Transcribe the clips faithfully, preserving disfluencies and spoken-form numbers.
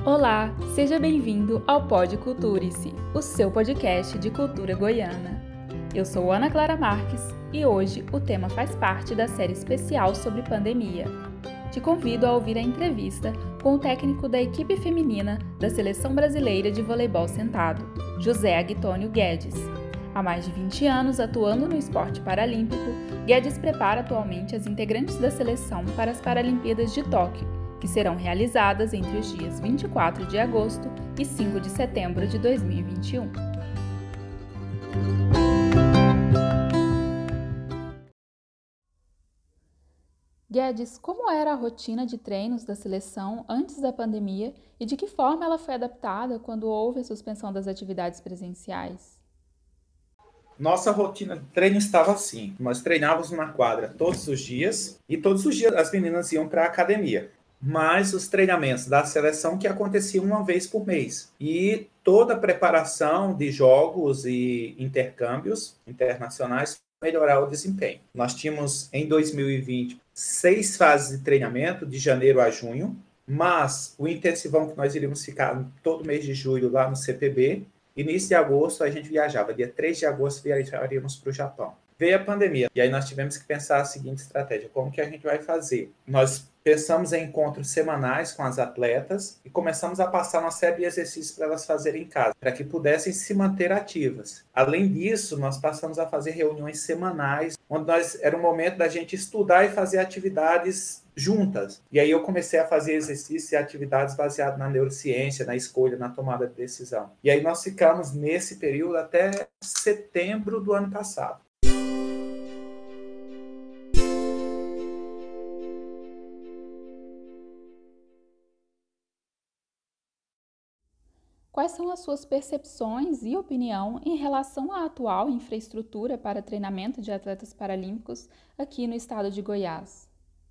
Olá, seja bem-vindo ao Pod Culture-se, o seu podcast de cultura goiana. Eu sou Ana Clara Marques e hoje o tema faz parte da série especial sobre pandemia. Te convido a ouvir a entrevista com o técnico da equipe feminina da Seleção Brasileira de Voleibol Sentado, José Agtônio Guedes. Há mais de vinte anos atuando no esporte paralímpico, Guedes prepara atualmente as integrantes da seleção para as Paralimpíadas de Tóquio, que serão realizadas entre os dias vinte e quatro de agosto e cinco de setembro de dois mil e vinte e um. Guedes, como era a rotina de treinos da seleção antes da pandemia e de que forma ela foi adaptada quando houve a suspensão das atividades presenciais? Nossa rotina de treino estava assim. Nós treinávamos na quadra todos os dias e todos os dias as meninas iam para a academia. Mas os treinamentos da seleção que aconteciam uma vez por mês. E toda a preparação de jogos e intercâmbios internacionais para melhorar o desempenho. Nós tínhamos, em dois mil e vinte, seis fases de treinamento, de janeiro a junho, mas o intensivão que nós iríamos ficar todo mês de julho lá no C P B, início de agosto a gente viajava, dia três de agosto viajaríamos para o Japão. Veio a pandemia e aí nós tivemos que pensar a seguinte estratégia, como que a gente vai fazer? Nós pensamos em encontros semanais com as atletas e começamos a passar uma série de exercícios para elas fazerem em casa, para que pudessem se manter ativas. Além disso, nós passamos a fazer reuniões semanais, onde nós, era um momento da gente estudar e fazer atividades juntas. E aí eu comecei a fazer exercícios e atividades baseadas na neurociência, na escolha, na tomada de decisão. E aí nós ficamos nesse período até setembro do ano passado. Quais são as suas percepções e opinião em relação à atual infraestrutura para treinamento de atletas paralímpicos aqui no estado de Goiás?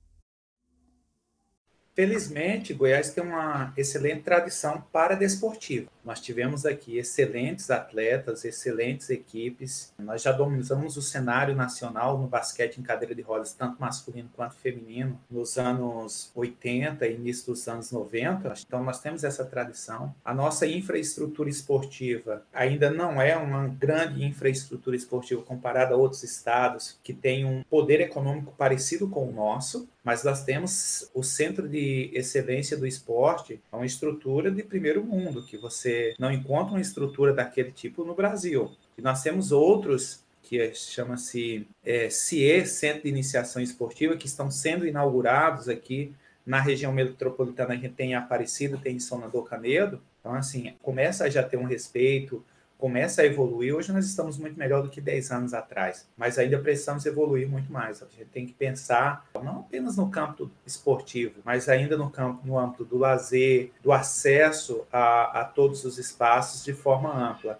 Felizmente, Goiás tem uma excelente tradição paradesportiva. Nós tivemos aqui excelentes atletas, excelentes equipes. Nós já dominamos o cenário nacional no basquete em cadeira de rodas, tanto masculino quanto feminino, nos anos oitenta e início dos anos noventa. Então, nós temos essa tradição. A nossa infraestrutura esportiva ainda não é uma grande infraestrutura esportiva comparada a outros estados que têm um poder econômico parecido com o nosso, mas nós temos o Centro de Excelência do Esporte, é uma estrutura de primeiro mundo, que você não encontra uma estrutura daquele tipo no Brasil. E nós temos outros que chama-se é, C I E, Centro de Iniciação Esportiva, que estão sendo inaugurados aqui na região metropolitana. A gente tem Aparecido, tem Senador Canedo. Então, assim, começa a já ter um respeito, começa a evoluir. Hoje nós estamos muito melhor do que dez anos atrás, mas ainda precisamos evoluir muito mais. A gente tem que pensar não apenas no campo esportivo, mas ainda no campo, no âmbito do lazer, do acesso a, a todos os espaços de forma ampla.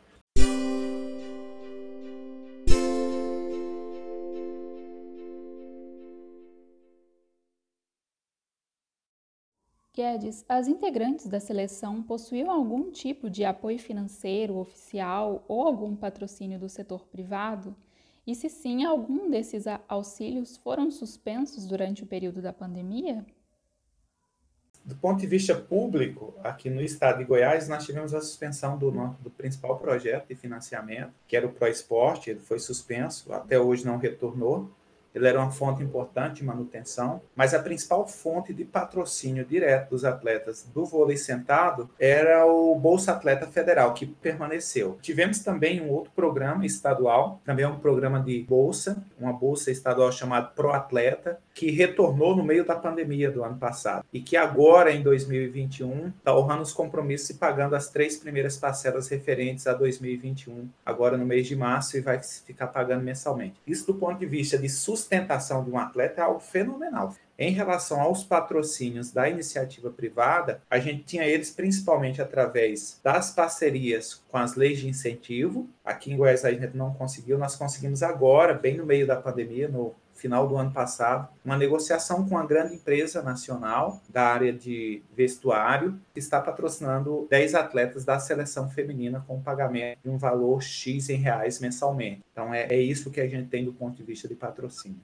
Guedes, as integrantes da seleção possuíam algum tipo de apoio financeiro, oficial ou algum patrocínio do setor privado? E se sim, algum desses auxílios foram suspensos durante o período da pandemia? Do ponto de vista público, aqui no estado de Goiás, nós tivemos a suspensão do, do principal projeto de financiamento, que era o ProEsporte. Ele foi suspenso, até hoje não retornou. Ele era uma fonte importante de manutenção, mas a principal fonte de patrocínio direto dos atletas do vôlei sentado era o Bolsa Atleta Federal, que permaneceu. Tivemos também um outro programa estadual, também um programa de bolsa, uma bolsa estadual chamada ProAtleta, que retornou no meio da pandemia do ano passado e que agora, em dois mil e vinte e um, está honrando os compromissos e pagando as três primeiras parcelas referentes a dois mil e vinte e um, agora no mês de março, e vai ficar pagando mensalmente. Isso do ponto de vista de sustentação de um atleta é algo fenomenal. Em relação aos patrocínios da iniciativa privada, a gente tinha eles principalmente através das parcerias com as leis de incentivo. Aqui em Goiás a gente não conseguiu, nós conseguimos agora, bem no meio da pandemia, no final do ano passado, uma negociação com uma grande empresa nacional da área de vestuário, que está patrocinando dez atletas da seleção feminina com pagamento de um valor X em reais mensalmente. Então é, é isso que a gente tem do ponto de vista de patrocínio.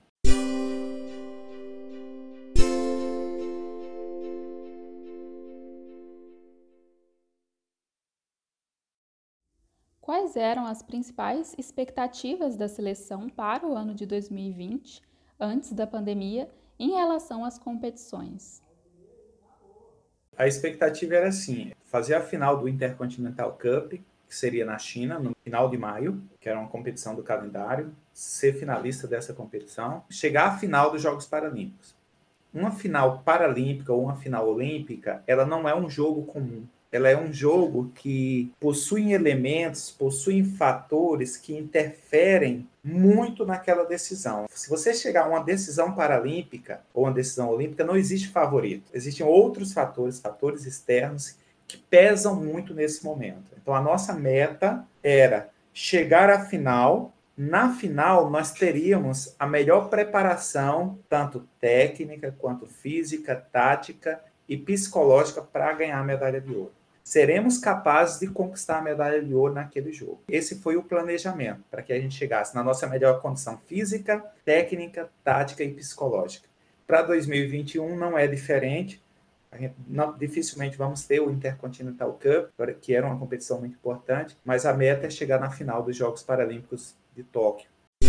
quais eram as principais expectativas da seleção para o ano de dois mil e vinte, antes da pandemia, em relação às competições. A expectativa era assim, fazer a final do Intercontinental Cup, que seria na China, no final de maio, que era uma competição do calendário, ser finalista dessa competição, chegar à final dos Jogos Paralímpicos. Uma final paralímpica ou uma final olímpica, ela não é um jogo comum. Ela é um jogo que possui elementos, possui fatores que interferem muito naquela decisão. Se você chegar a uma decisão paralímpica ou uma decisão olímpica, não existe favorito. Existem outros fatores, fatores externos, que pesam muito nesse momento. Então, a nossa meta era chegar à final. Na final, nós teríamos a melhor preparação, tanto técnica, quanto física, tática e psicológica para ganhar a medalha de ouro. Seremos capazes de conquistar a medalha de ouro naquele jogo. Esse foi o planejamento, para que a gente chegasse na nossa melhor condição física, técnica, tática e psicológica. Para dois mil e vinte e um não é diferente. A gente não, dificilmente vamos ter o Intercontinental Cup, que era uma competição muito importante, mas a meta é chegar na final dos Jogos Paralímpicos de Tóquio.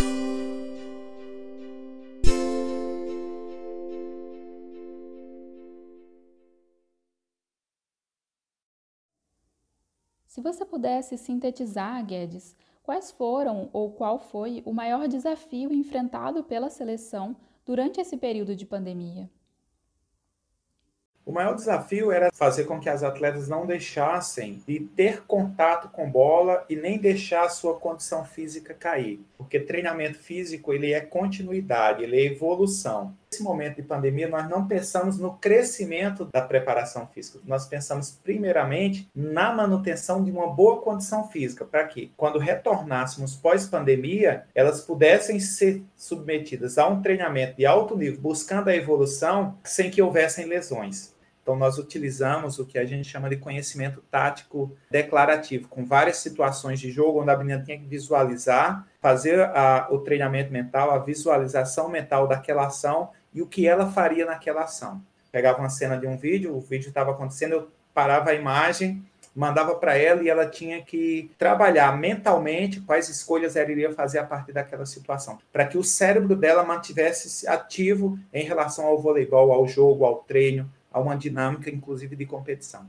Se você pudesse sintetizar, Guedes, quais foram ou qual foi o maior desafio enfrentado pela seleção durante esse período de pandemia? O maior desafio era fazer com que as atletas não deixassem de ter contato com bola e nem deixar a sua condição física cair. Porque treinamento físico ele é continuidade, ele é evolução. Nesse momento de pandemia, nós não pensamos no crescimento da preparação física. Nós pensamos primeiramente na manutenção de uma boa condição física, para que, quando retornássemos pós-pandemia, elas pudessem ser submetidas a um treinamento de alto nível, buscando a evolução, sem que houvessem lesões. Então, nós utilizamos o que a gente chama de conhecimento tático declarativo, com várias situações de jogo, onde a menina tinha que visualizar, fazer a, o treinamento mental, a visualização mental daquela ação e o que ela faria naquela ação. Pegava uma cena de um vídeo, o vídeo estava acontecendo, eu parava a imagem, mandava para ela e ela tinha que trabalhar mentalmente quais escolhas ela iria fazer a partir daquela situação, para que o cérebro dela mantivesse ativo em relação ao voleibol, ao jogo, ao treino, a uma dinâmica, inclusive, de competição.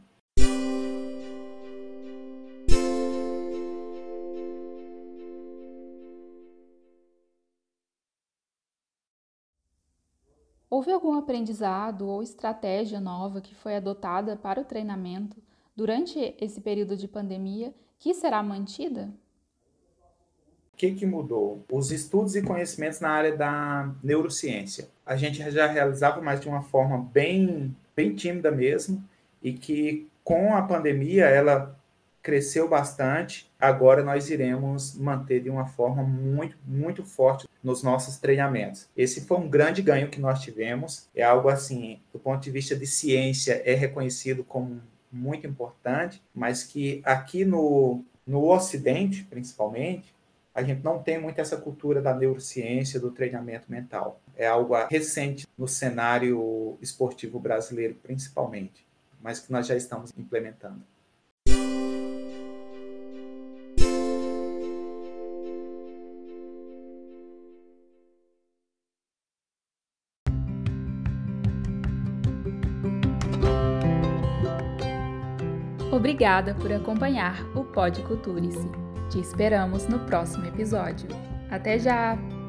Houve algum aprendizado ou estratégia nova que foi adotada para o treinamento durante esse período de pandemia que será mantida? O que, que mudou? Os estudos e conhecimentos na área da neurociência. A gente já realizava, mas de uma forma bem, bem tímida mesmo, e que com a pandemia ela cresceu bastante. Agora nós iremos manter de uma forma muito, muito forte nos nossos treinamentos. Esse foi um grande ganho que nós tivemos. É algo assim, do ponto de vista de ciência, é reconhecido como muito importante, mas que aqui no, no Ocidente, principalmente, a gente não tem muito essa cultura da neurociência, do treinamento mental. É algo recente no cenário esportivo brasileiro, principalmente, mas que nós já estamos implementando. Obrigada por acompanhar o Pod Culture-se. Te esperamos no próximo episódio. Até já!